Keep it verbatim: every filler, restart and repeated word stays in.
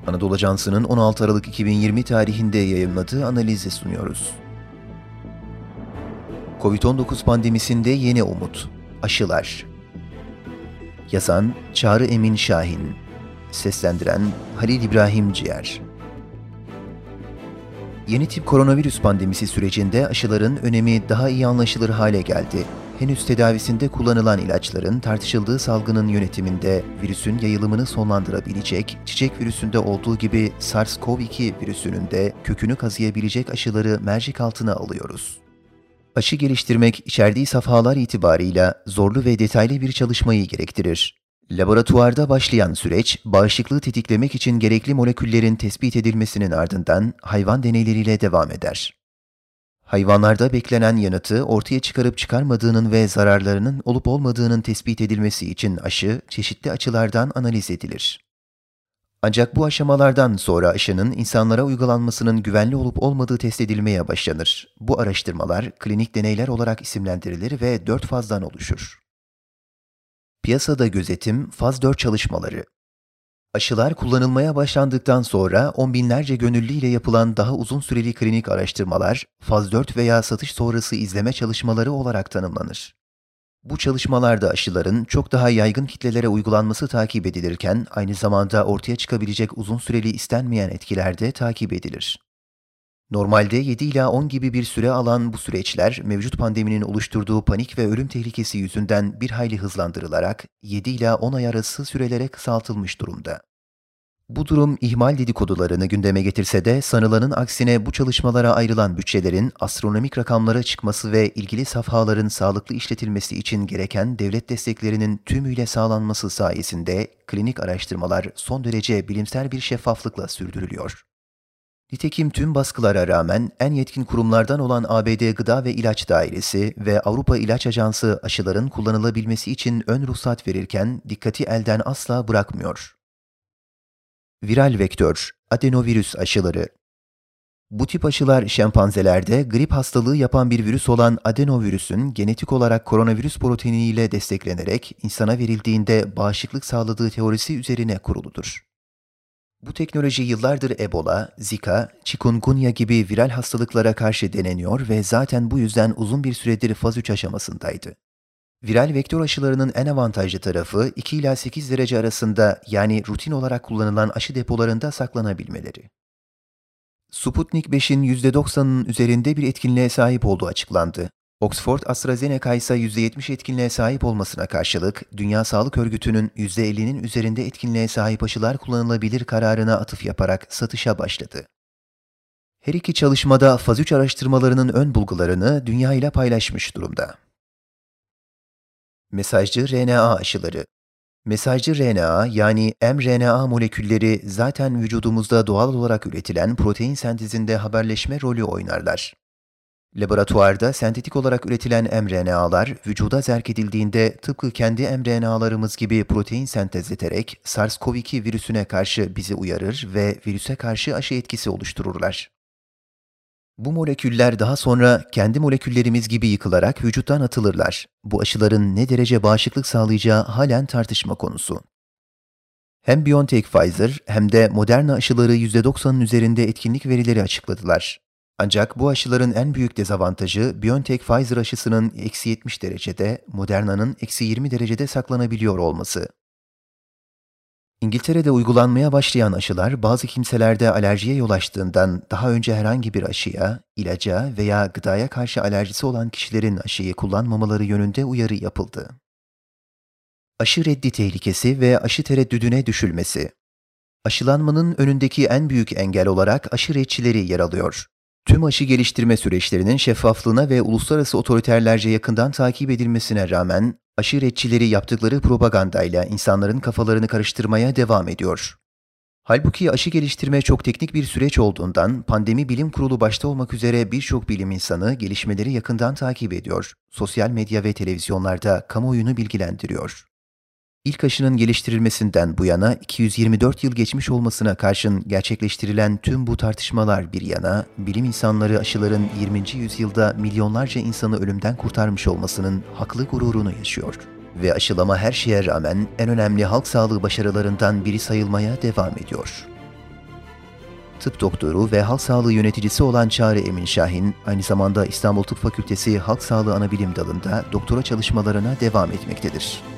Anadolu Ajansı'nın on altı Aralık iki bin yirmi tarihinde yayımladığı analizi sunuyoruz. kovid on dokuz pandemisinde yeni umut. Aşılar. Yazan Çağrı Emin Şahin. Seslendiren Halil İbrahim Ciğer. Yeni tip koronavirüs pandemisi sürecinde aşıların önemi daha iyi anlaşılır hale geldi. Henüz tedavisinde kullanılan ilaçların tartışıldığı salgının yönetiminde virüsün yayılımını sonlandırabilecek, çiçek virüsünde olduğu gibi SARS-CoV iki virüsünün de kökünü kazıyabilecek aşıları mercek altına alıyoruz. Aşı geliştirmek içerdiği safhalar itibarıyla zorlu ve detaylı bir çalışmayı gerektirir. Laboratuvarda başlayan süreç, bağışıklığı tetiklemek için gerekli moleküllerin tespit edilmesinin ardından hayvan deneyleriyle devam eder. Hayvanlarda beklenen yanıtı ortaya çıkarıp çıkarmadığının ve zararlarının olup olmadığının tespit edilmesi için aşı çeşitli açılardan analiz edilir. Ancak bu aşamalardan sonra aşının insanlara uygulanmasının güvenli olup olmadığı test edilmeye başlanır. Bu araştırmalar klinik deneyler olarak isimlendirilir ve dört fazdan oluşur. Piyasada gözetim, faz dört çalışmaları. Aşılar kullanılmaya başlandıktan sonra on binlerce gönüllü ile yapılan daha uzun süreli klinik araştırmalar, faz dört veya satış sonrası izleme çalışmaları olarak tanımlanır. Bu çalışmalarda aşıların çok daha yaygın kitlelere uygulanması takip edilirken, aynı zamanda ortaya çıkabilecek uzun süreli istenmeyen etkiler de takip edilir. Normalde yedi ila on gibi bir süre alan bu süreçler, mevcut pandeminin oluşturduğu panik ve ölüm tehlikesi yüzünden bir hayli hızlandırılarak yedi ila on ay arası sürelere kısaltılmış durumda. Bu durum ihmal dedikodularını gündeme getirse de sanılanın aksine bu çalışmalara ayrılan bütçelerin astronomik rakamlara çıkması ve ilgili safhaların sağlıklı işletilmesi için gereken devlet desteklerinin tümüyle sağlanması sayesinde klinik araştırmalar son derece bilimsel bir şeffaflıkla sürdürülüyor. Nitekim tüm baskılara rağmen en yetkin kurumlardan olan A B D Gıda ve İlaç Dairesi ve Avrupa İlaç Ajansı aşıların kullanılabilmesi için ön ruhsat verirken dikkati elden asla bırakmıyor. Viral vektör, adenovirüs aşıları. Bu tip aşılar şempanzelerde grip hastalığı yapan bir virüs olan adenovirüsün genetik olarak koronavirüs proteiniyle desteklenerek insana verildiğinde bağışıklık sağladığı teorisi üzerine kuruludur. Bu teknoloji yıllardır Ebola, Zika, Chikungunya gibi viral hastalıklara karşı deneniyor ve zaten bu yüzden uzun bir süredir faz üç aşamasındaydı. Viral vektör aşılarının en avantajlı tarafı iki ila sekiz derece arasında yani rutin olarak kullanılan aşı depolarında saklanabilmeleri. Sputnik beşin yüzde doksanının üzerinde bir etkinliğe sahip olduğu açıklandı. Oxford AstraZeneca ise yüzde yetmiş etkinliğe sahip olmasına karşılık, Dünya Sağlık Örgütü'nün yüzde ellinin üzerinde etkinliğe sahip aşılar kullanılabilir kararına atıf yaparak satışa başladı. Her iki çalışmada faz üç araştırmalarının ön bulgularını dünya ile paylaşmış durumda. Mesajcı R N A aşıları. Mesajcı R N A yani mRNA molekülleri zaten vücudumuzda doğal olarak üretilen protein sentezinde haberleşme rolü oynarlar. Laboratuvarda sentetik olarak üretilen mRNA'lar vücuda zerk edildiğinde tıpkı kendi mRNA'larımız gibi protein sentezleterek SARS-CoV iki virüsüne karşı bizi uyarır ve virüse karşı aşı etkisi oluştururlar. Bu moleküller daha sonra kendi moleküllerimiz gibi yıkılarak vücuttan atılırlar. Bu aşıların ne derece bağışıklık sağlayacağı halen tartışma konusu. Hem BioNTech Pfizer hem de Moderna aşıları yüzde doksanın üzerinde etkinlik verileri açıkladılar. Ancak bu aşıların en büyük dezavantajı BioNTech Pfizer aşısının eksi yetmiş derecede, Moderna'nın eksi yirmi derecede saklanabiliyor olması. İngiltere'de uygulanmaya başlayan aşılar bazı kimselerde alerjiye yol açtığından daha önce herhangi bir aşıya, ilaca veya gıdaya karşı alerjisi olan kişilerin aşıyı kullanmamaları yönünde uyarı yapıldı. Aşı reddi tehlikesi ve aşı tereddüdüne düşülmesi. Aşılanmanın önündeki en büyük engel olarak aşı redçileri yer alıyor. Tüm aşı geliştirme süreçlerinin şeffaflığına ve uluslararası otoriterlerce yakından takip edilmesine rağmen, aşı redçileri yaptıkları propagandayla insanların kafalarını karıştırmaya devam ediyor. Halbuki aşı geliştirme çok teknik bir süreç olduğundan, Pandemi Bilim Kurulu başta olmak üzere birçok bilim insanı gelişmeleri yakından takip ediyor. Sosyal medya ve televizyonlarda kamuoyunu bilgilendiriyor. İlk aşının geliştirilmesinden bu yana iki yüz yirmi dört yıl geçmiş olmasına karşın gerçekleştirilen tüm bu tartışmalar bir yana, bilim insanları aşıların yirminci yüzyılda milyonlarca insanı ölümden kurtarmış olmasının haklı gururunu yaşıyor. Ve aşılama her şeye rağmen en önemli halk sağlığı başarılarından biri sayılmaya devam ediyor. Tıp doktoru ve halk sağlığı yöneticisi olan Çağrı Emin Şahin, aynı zamanda İstanbul Tıp Fakültesi Halk Sağlığı Anabilim Dalı'nda doktora çalışmalarına devam etmektedir.